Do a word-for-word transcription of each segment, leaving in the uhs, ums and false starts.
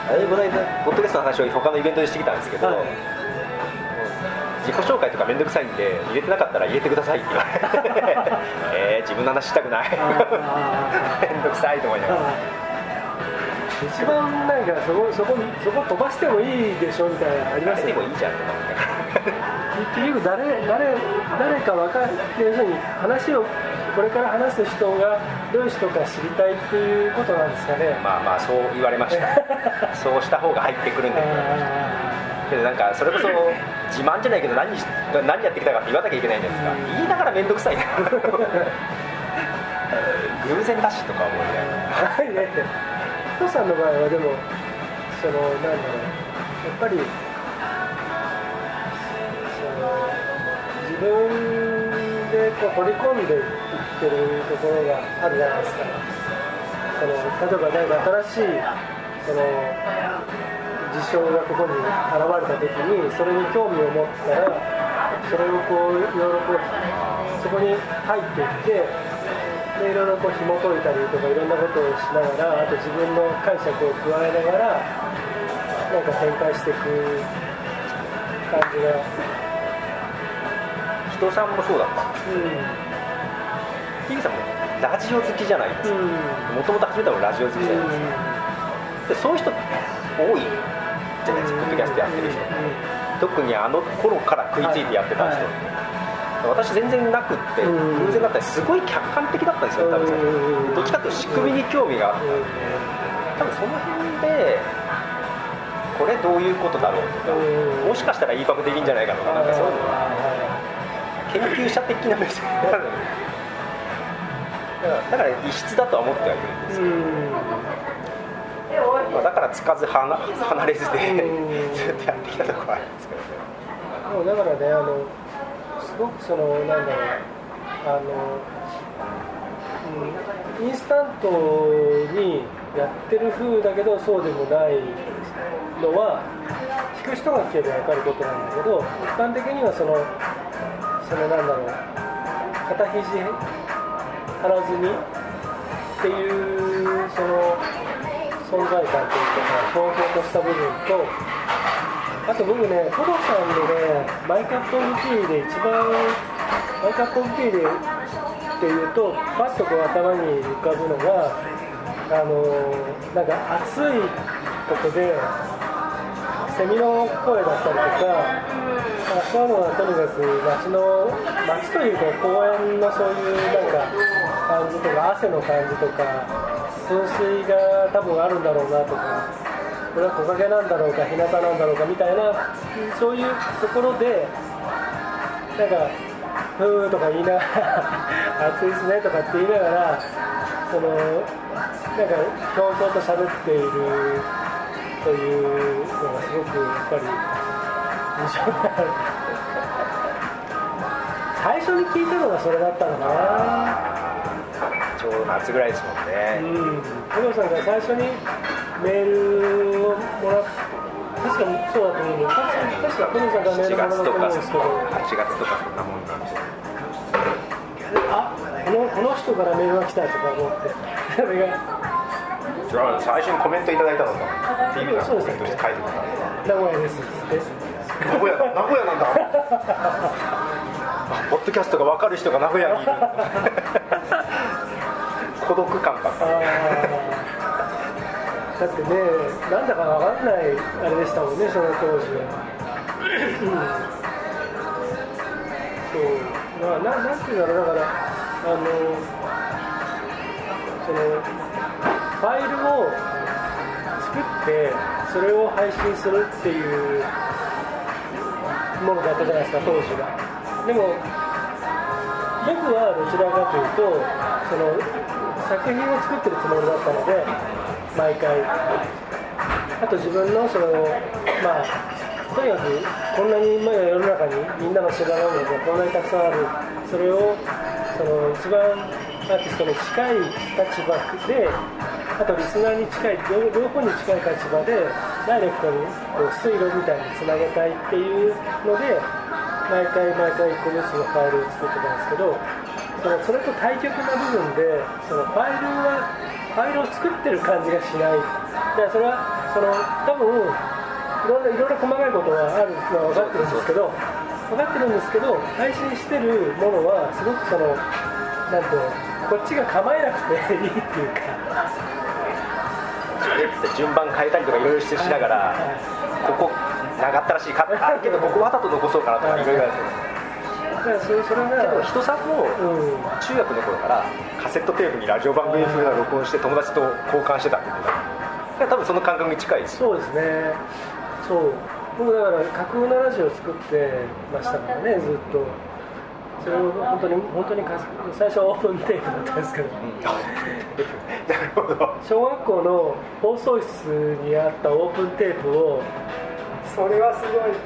あれこの間ポッドキャストの話を他のイベントでしてきたんですけど、はい、自己紹介とかめんどくさいんで入れてなかったら入れてくださいって言われてえー、自分の話したくないめんどくさいと思いながら一番なんかそこ、そこ、そこ飛ばしてもいいでしょみたいなのありますよね。 でもいいじゃんと思って結局誰、誰、誰か分かる、要するに話をこれから話す人がどういう人か知りたいっていうことなんですかね。 まあまあそう言われましたそうした方が入ってくるんだけど、なんかそれこそ自慢じゃないけど 何, 何やってきたかって言わなきゃいけないじゃないですか。言いながらめんどくさいな偶然だしとか思いながらお父さんの場合はでもそのなんだろう、やっぱりその自分でこう取り込んでいってるところがあるじゃないですか。その例えば何か新しいその事象がここに現れた時にそれに興味を持ったらそれをこういろいろこうそこに入っていってでいろいろこう紐解いたりとかいろんなことをしながら、あと自分の解釈を加えながらなんか展開していく感じが。 人さんもそうだったんですけど、ヒデさんもラジオ好きじゃないですか。もともと始めたのラジオ好きじゃないですか。でそういう人多いじゃないですか、ポッドキャストやってる人、特にあの頃から食いついてやってた人、はいはい、私全然なくって偶然だったりすごい客観的だったんですよ。多分どっちかというと仕組みに興味があったんで、多分その辺でこれどういうことだろうとか、もしかしたらイーパブできるんじゃないかとか、なんかそういうの研究者的な目線だからだから異質だとは思ってはいるんですけど、まあ、だからつかず離れずでずっとやってきたところはあるんですけどね。 だからね、あのすごくそのなんだろう、あの、うん、インスタントにやってる風だけどそうでもないのは聞く人が聞けば分かることなんだけど、一般的にはそのそのなんだろう、肩肘張らずにっていうその存在感というか、ひょうひょうとした部分と、あと僕ね、トドさんのね、マイカップオブティーで一番、マイカップオブティーでっていうと、パッとこう頭に浮かぶのが、あのなんか暑いとこで、セミの声だったりとか、そういうのはとにかく街の、街というか公園のそういうなんか感じとか、汗の感じとか、噴水が多分あるんだろうなとか、これは木陰なんだろうか日向なんだろうかみたいな、そういうところでなんかふーとか言いながら暑いですねとかって言いながら、そのなんかひょうひょうと喋っているというのがすごくやっぱり印象がある最初に聞いたのがそれだったのかな。 ちょうど夏ぐらいですもんね。 うん、工藤さんが最初にメールをもらっ確かにそうだと思うんです。確か工藤さんがメールをもらったと思うんですけど、 はちがつとかそんなもんなんですよ。 あ、この、この人からメールが来たとか思ってそれがじゃあ最初にコメントいただいたのかっていうのがコメントして書いてくれた。 名古屋ですって名古屋、名古屋なんだポッドキャストが分かる人が名古屋にいる孤独感ばっかり。 だってね、なんだか分かんないあれでしたもんね、その当時はそう、まあ、な, なんていうんだろう、だからあのそのファイルを作ってそれを配信するっていうものだったじゃないですか、当時は。でも僕はどちらかというとその作品を作ってるつもりだったので、毎回あと自分のそのまあとにかくこんなに今世の中にみんなの知らないものがこんなにたくさんある、それをその一番アーティストに近い立場で、あとリスナーに近い 両, 両方に近い立場でダイレクトにこう水路みたいにつなげたいっていうので毎回毎回いっこずつのファイルを作ってたんですけど、 そのそれと対極な部分でそのファイルはファイルを作ってる感じがしない。でそれはその多分いろいろいろいろ細かいことはあるのは分かってるんですけど分かってるんですけど配信してるものはすごくそのなんていうのこっちが構えなくていいっていうか順番変えたりとかいろいろしてしながらここ長ったらしいかあるけど僕わざと残そうかなとかいろいろやってる。だからそれそれが人さんも中学の頃からカセットテープにラジオ番組風な録音して友達と交換してたって言ってた。多分その感覚に近いです。 そうですね。そう僕だから架空のラジオを作ってましたからねずっと。それを本当に本当に最初はオープンテープだったんですけど、うん、なるほど。小学校の放送室にあったオープンテープをそれはすごい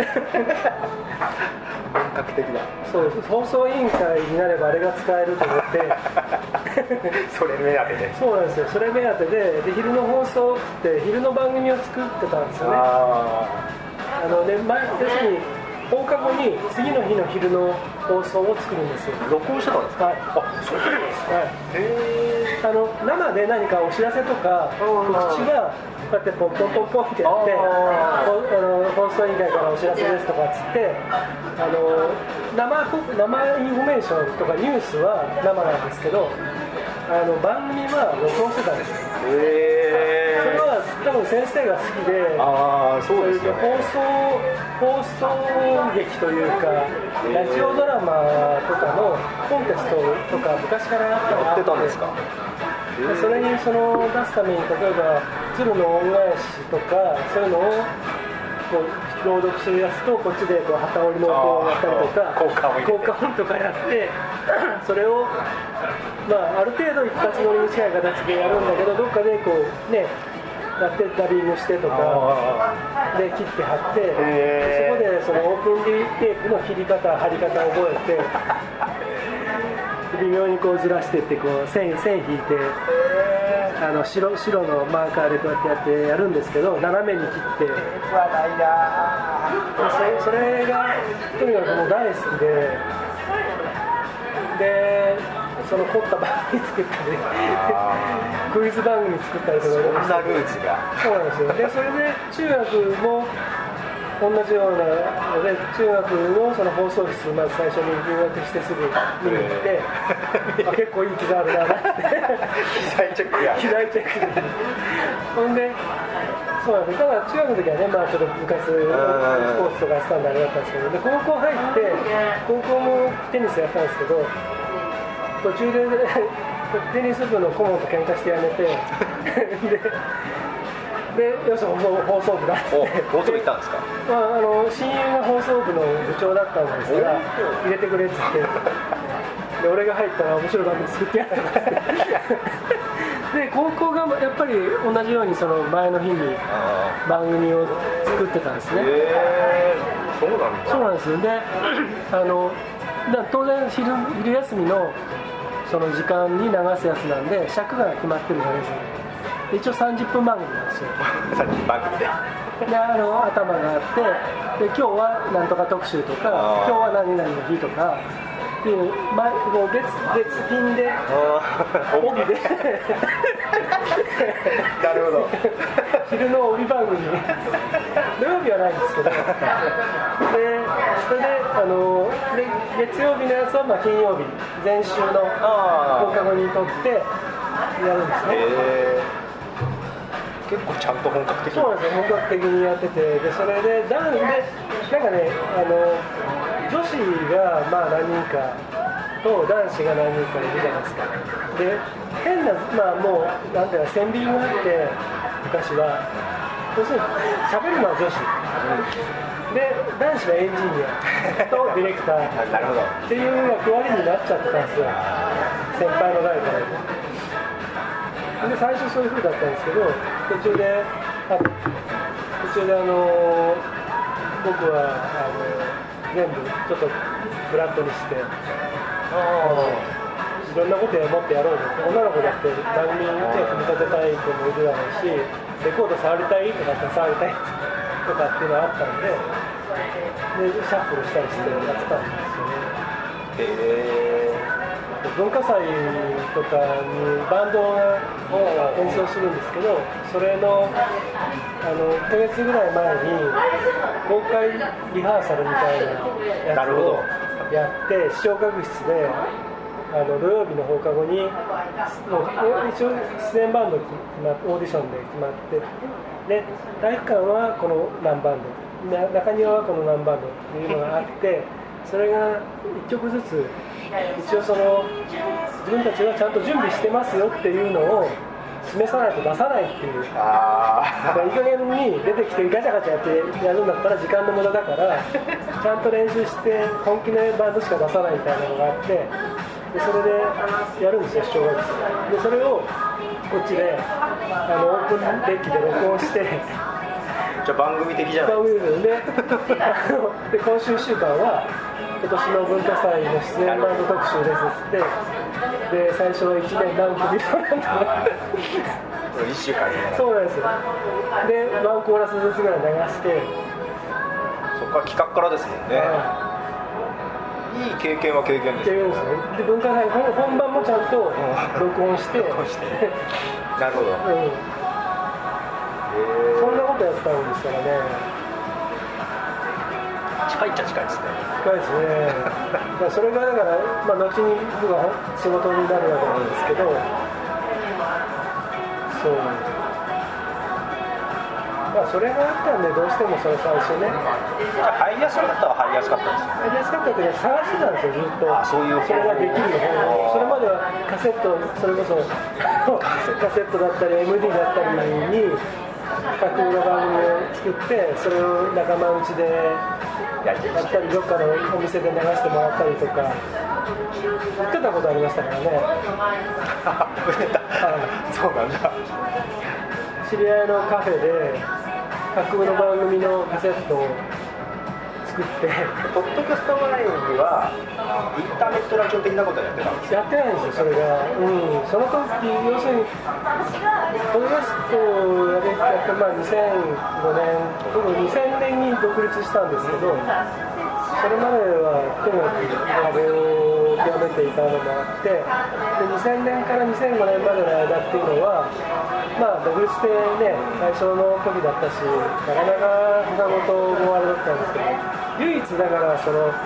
本格的だ。 そう放送委員会になればあれが使えると思ってそれ目当てで。 そうなんですよ。それ目当てで、で昼の放送って昼の番組を作ってたんですよね。ああのね、前要するに放課後に次の日の昼の放送を作るんですよ。 録音してたんですか？ はい。あ、そうなんですか。はい。へー。あの生で何かお知らせとか告知がこうやってポンポンポンポンってやって、あの放送委員会からお知らせですとかっつって、あの生生インフォメーションとかニュースは生なんですけど、あの番組は録音してたんですよ。へー。それは多分先生が好きで、 あそうですね、 放送放送劇というかラジオドラマとかのコンテストとか昔からやってたんですか？ でそれにその出すために例えば鶴の恩返しとかそういうのをこう朗読するやつとこっちでこう旗織りの音をやったりとか効果音効果音とかやってそれを、まあ、ある程度一発撮りに近い形でやるんだけどどっかでこうねやってダビングしてとかで切って貼ってそこでそのオープンテープの切り方貼り方を覚えて微妙にこうずらしてってこう線線引いてあの 白, 白のマーカーでこうやってやってやるんですけど斜めに切ってで そ, それがとにかくもう大好きででその凝った番組作ったりクイズ番組作ったりとかそんなルーツがそうなんですよ。でそれで中学も同じようなので中学 の, その放送室まず最初に入学してすぐ見に行ってあ結構いい機材あるなって機材チェックや機材チェックほんでそうなんです。ただ中学の時はね、まあ、ちょっと部活スポーツとかやってたんであれだったんですけどで高校入って高校もテニスやってたんですけど途中でテニス部の顧問と喧嘩してやめてででよし放送部だって放送部行ったんですか？ まあ、あの親友が放送部の部長だったんですが入れてくれっつってで俺が入ったら面白い番組作ってやったからで高校がやっぱり同じようにその前の日に番組を作ってたんですね。 へー、そうなんだ。 そうなんですよ。であのだ当然 昼, 昼休みのその時間に流すやつなんで尺が決まってるじゃないですか。一応さんじゅっぷん番組なんですよさんじゅっぷん番組でであの頭があってで今日はなんとか特集とか今日は何々の日とかっていう前もう月月金で帯でなるほど昼の帯番組土曜日はないんですけどでそれであので月曜日のやつはまあ金曜日前週の放課後にとってやるんですね。 へー、結構ちゃんと本格的にそうなんですよ。本格的にやっててでそれで男でなんかねあの女子がまあ何人かと男子が何人かいるじゃないですか。で変なまあもうなんていうか線引きがあって昔は要するに喋るのは女子、うん、で男子はエンジニアとディレクターなるほどっていう役割になっちゃってたんですよ先輩の代からで最初そういう風だったんですけど途中であ途中であの僕はあの全部ちょっとフラットにしていろんなことをもってやろうと女の子だって番組で組み立てたい子もいるだろうしレコード触りたいとかって触りたいとかっていうのがあったんででシャッフルしたりしてやってたんですよね。 へー、 文化祭とかにバンドが演奏するんですけど、それのあのいっかげつぐらい前に公開リハーサルみたいなやつをやって、視聴覚室であの土曜日の放課後にもう一応出演バンド決まってオーディションで決まってで、体育館はこの何バンド、中庭はこの何バンドっていうのがあって、それがいっきょくずつ一応その自分たちはちゃんと準備してますよっていうのを示さないと出さないっていう、あいい加減に出てきてガチャガチャやってやるんだったら時間の無駄だからちゃんと練習して本気のバンドしか出さないみたいなのがあって、でそれでやるんですよ、視聴覚室で。それをこっちであのオープンデッキで録音してじゃあ番組的じゃない番組でで今週いっしゅうかんは今年の文化祭の出演バンド特集ですっつって、で最初はいちねん何組となんだいっしゅうかんにそうなんですよ。でワンコーラスずつぐらい流して、 そこから企画からですもんね、いい経験は経験ですよね。 で文化祭本番もちゃんと録音して録音してなるほど、うん、 そんなことやってたんですからね。 近いっちゃ近いですね。 近いですね。だそれがだから、まあ、後に僕は仕事になるわけなんですけど、そう、まあ、それがあったんでどうしてもその最初ね、 じゃあ入りやすかったは入りやすかったですよね。 入りやすかったけど探してたんですよ、ずっと。 あ、そういうそれができるの方、それまではカセット、それこそカセットだったり エムディー だったりに架空の番組を作って、それを仲間内でやったり、どっかのお店で流してもらったりとか売ってたことありましたからね。 売ってたそうなんだ。 知り合いのカフェで架空の番組のカセットを作ってポッドキャスト前にはインターネットラジオ的なことやってたんですやってないんですよ、それが。うん、その時要するにポッドキャストをやって、まあ、にせんごねん、僕にせんねんに独立したんですけど、それまではとにかく壁を極めていたのもあって、でにせんねんからにせんごねんまでの間っていうのは、まあ、独立してね、最初の時だったし、なかなか他事もあれだったんですけど、唯一だからその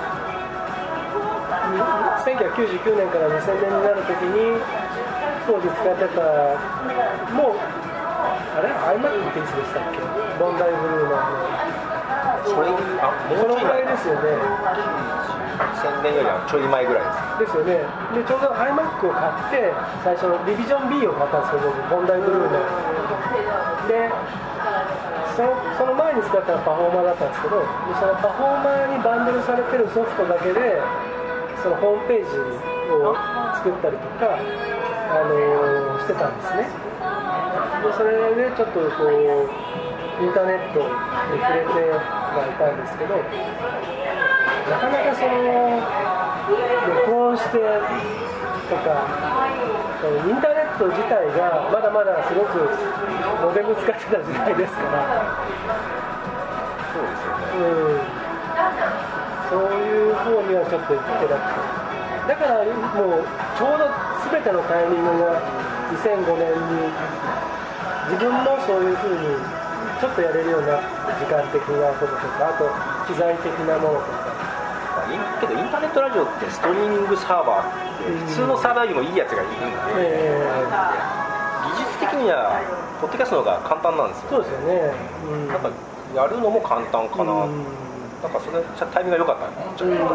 せんきゅうひゃくきゅうじゅうきゅうねんからにせんねんになる時に当時使ってた、もうあれ iMac っていつでしたっけ、ボンダイブルーのそれあそのぐらいですよね。 せんねんよりはちょい前ぐらいですですよね。でちょうど iMac を買って最初リビジョン B を買ったんですけど、ボンダイブルーのでその、その前に使ったのはパフォーマーだったんですけど、でそのパフォーマーにバンドルされてるソフトだけでそのホームページを作ったりとか、あのー、してたんですね。でそれでちょっとこうインターネットに触れてはいたんですけど、なかなかその録音してとかインターネット自体がまだまだすごくモデル使ってた時代ですから、 そうですよね、 うん、そういう方にはちょっと行ってなくて、だからもうちょうど全てのタイミングがにせんごねんに自分もそういう風にちょっとやれるような時間的なこととか、あと機材的なものとか。 けどインターネットラジオってストリーミングサーバーって普通のサーバーよりもいいやつがいるんで、えー、技術的にはポッドキャストの方が簡単なんですよ。 そうですよね、うん、 なんかやるのも簡単かな、うん、なんかそれタイミングが良かったね、ちょっと、うん、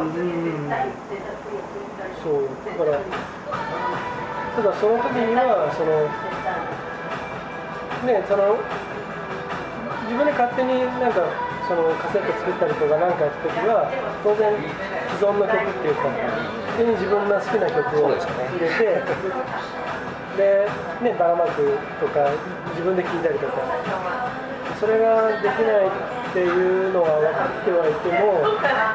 そうだからただその時にはそのね、その自分で勝手になんかそのカセット作ったりとかなんかやった時は当然既存の曲っていうか普通に自分の好きな曲を入れて、で、ね、ばらまくとか自分で聴いたりとか、それができないっていうのは分かってはいても、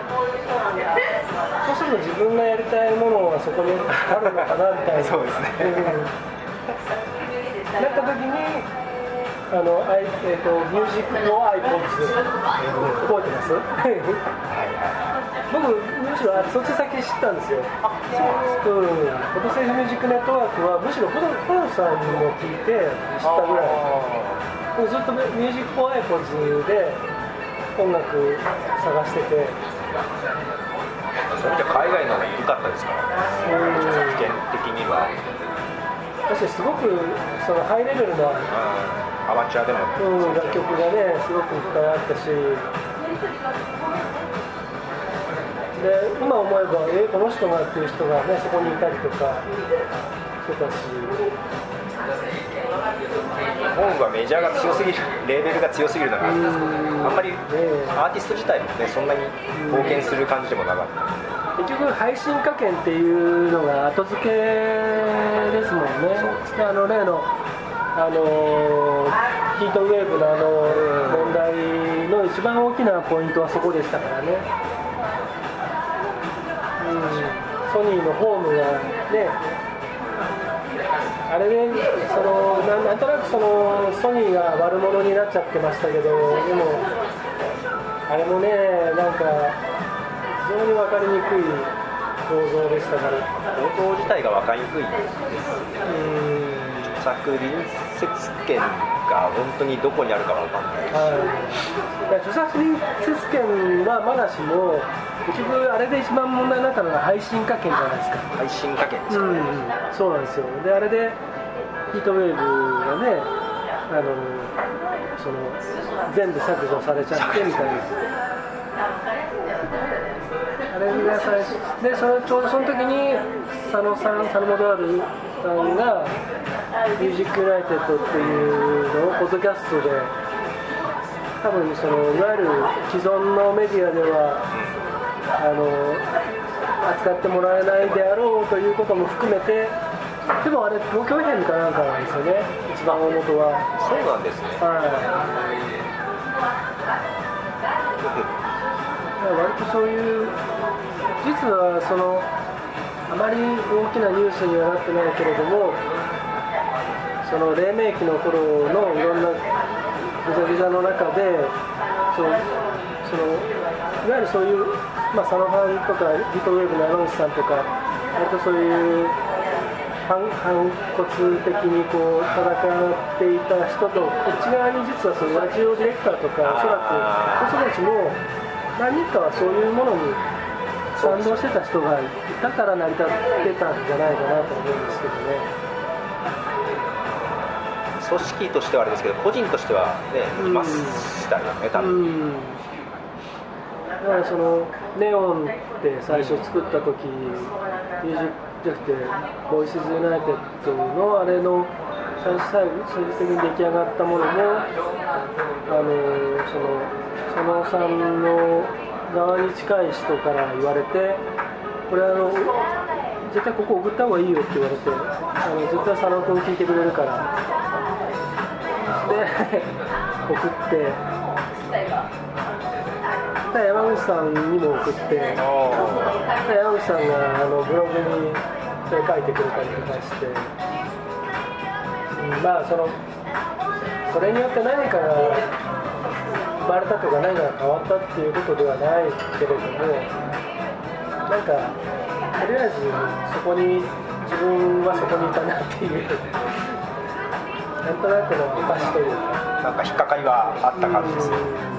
そうすると自分がやりたいものはそこにあるのかなみたいなそうですねなった時にあの、えーと、ミュージックの iPods 覚えてます？はいはい僕むしろそっち先知ったんですよ。あ、そうなんですか。うん、フォトセーフミュージックネットワークはむしろフォトさんの聞いて知ったぐらい。僕ずっとミュージックフォーアイポッズで音楽探してて。 それじゃ海外の方が良かったですから、うん、著作権的には。 確かにすごくそのハイレベルな、うん、 アマチュアでも、 うん、楽曲がねすごくいっぱいあったし。で今思えば、えー、この人がっていう人が、ね、そこにいたりとかしてたし、 日本はメジャーが強すぎる、レーベルが強すぎるのがあるんですけど、あんまりアーティスト自体も、ね、そんなに冒険する感じでもなかった。 結局配信課金っていうのが後付けですもんね。あの例のあのヒートウェーブのあの問題の一番大きなポイントはそこでしたからね。うん、ソニーのホームがね、あれでその な, なんとなくそのソニーが悪者になっちゃってましたけど、でもあれもねなんか非常に分かりにくい構造でしたから。 構造自体が分かりにくいです。著作隣接権が本当にどこにあるか分かんない。 はい、著作隣接権はまだしも結局あれで一番問題になったのが配信課金じゃないですか。 配信課金ですかね、うん、 そうなんですよ。であれでヒートウェーブがねあのその全部削除されちゃってみたいな。あれが最初でそのちょうどその時に佐野さん佐野元春さんがミュージックユナイテッドっていうのをポッドキャストで多分そのいわゆる既存のメディアではあの扱ってもらえないであろうということも含めて、でもあれ東京編かなんかなんですよね、一番大元は。 そうなんですね。 はい。割とそういう実はそのあまり大きなニュースにはなってないけれども、その黎明期の頃のいろんなぐちゃぐちゃの中でそのそのいわゆるそういう、まあ、佐野さんとかヒートウェーブの山口さんとか割とそういう反骨的にこう戦っていた人とこっち側に実はそのラジオディレクターとかおそらくそういう人たちも何人かはそういうものに賛同してた人がいたから成り立ってたんじゃないかなと思うんですけどね。 組織としてはあれですけど個人としてはね、いましたよね、多分。うん、 だからそのネオンって最初作った時、ミュージックじゃなくてボイスズユナイテッドのあれの最初最終的に出来上がったものもあのその佐野さんの側に近い人から言われて、これあの絶対ここ送った方がいいよって言われて、あの絶対佐野君聞いてくれるからで送ってで山口さんにも送ってで山口さんがあのブログにそれ書いてくれたりとかして、うん、まあそのそれによって何かが生まれたとか何かが変わったっていうことではないけれども、なんかとりあえずそこに自分はそこにいたなっていうなんとなくの証というか、 なんか引っかかりはあった感じですね。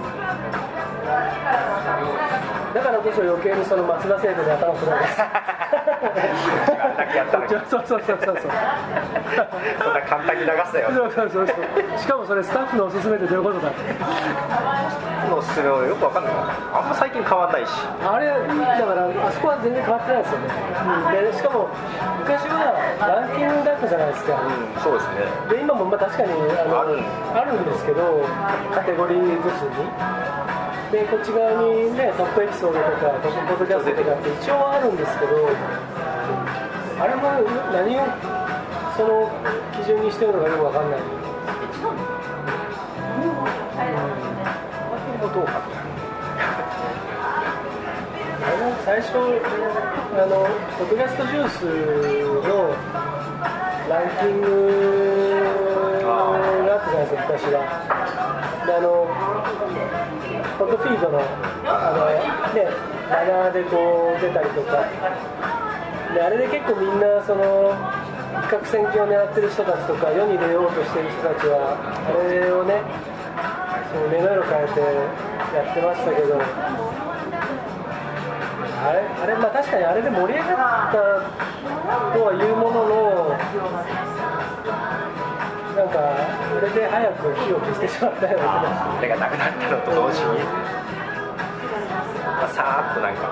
だからこそ余計にその松田聖子に頭を振られます。 あれだけやったのに。 そうそうそうそうそう。 そんな簡単に流すなよ。 そうそうそうそう。しかもそれスタッフのおすすめってどういうことだって。スタッフのおすすめはよくわかんない。あんま最近変わんないし。 あれだからあそこは全然変わってないですよね。うん、でしかも昔はランキングだったじゃないですか。 うん、そうですね。 で今もまあ確かにあの あるあるんですけどカテゴリーずつに。でこっち側にねトップエピソードとかトップポッドキャストとかって一応あるんですけど、あれも何をその基準にしてるのかよくわかんない。うん、どうか。あの最初あのポッドキャストジュースのランキングがあったじゃないですか昔は。であのポッドフィードのあの、ね、 マナーでこう出たりとかで、あれで結構みんなその一攫千金を狙ってる人たちとか世に出ようとしてる人たちはあれをねその目の色変えてやってましたけど、あれ、あれまあ確かにあれで盛り上がったとはいうものの、なんかあれで早く火を消してしまったような気がして、 あれがなくなったのと同時に、まあ、さーっとなんか、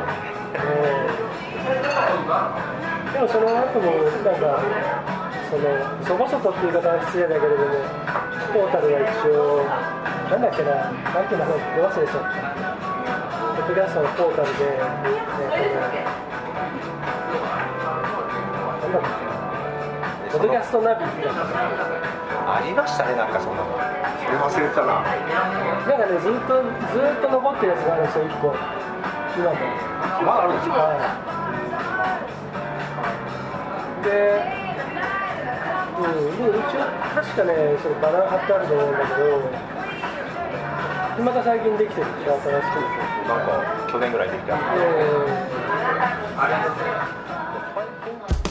でもその後もなんかそのそこそこっていう言い方は失礼だけれども、トータルは一応なんだっけな、なんていうのか忘れちゃった。ポッドキャストのトータルで、えー、なんだっけ、ポッドキャストナビってありましたね、なんかそんなの。それ忘れてたな。 なんかね、ずっとずっと残ってるやつがあるんですよ、いっこ。今も。 まだあるんですか？ はい。で、うん、で一応確かね、それバナー貼ってあると思うんだけど。また最近できてるでしょ、新しく。 なんか去年ぐらいできた。 えー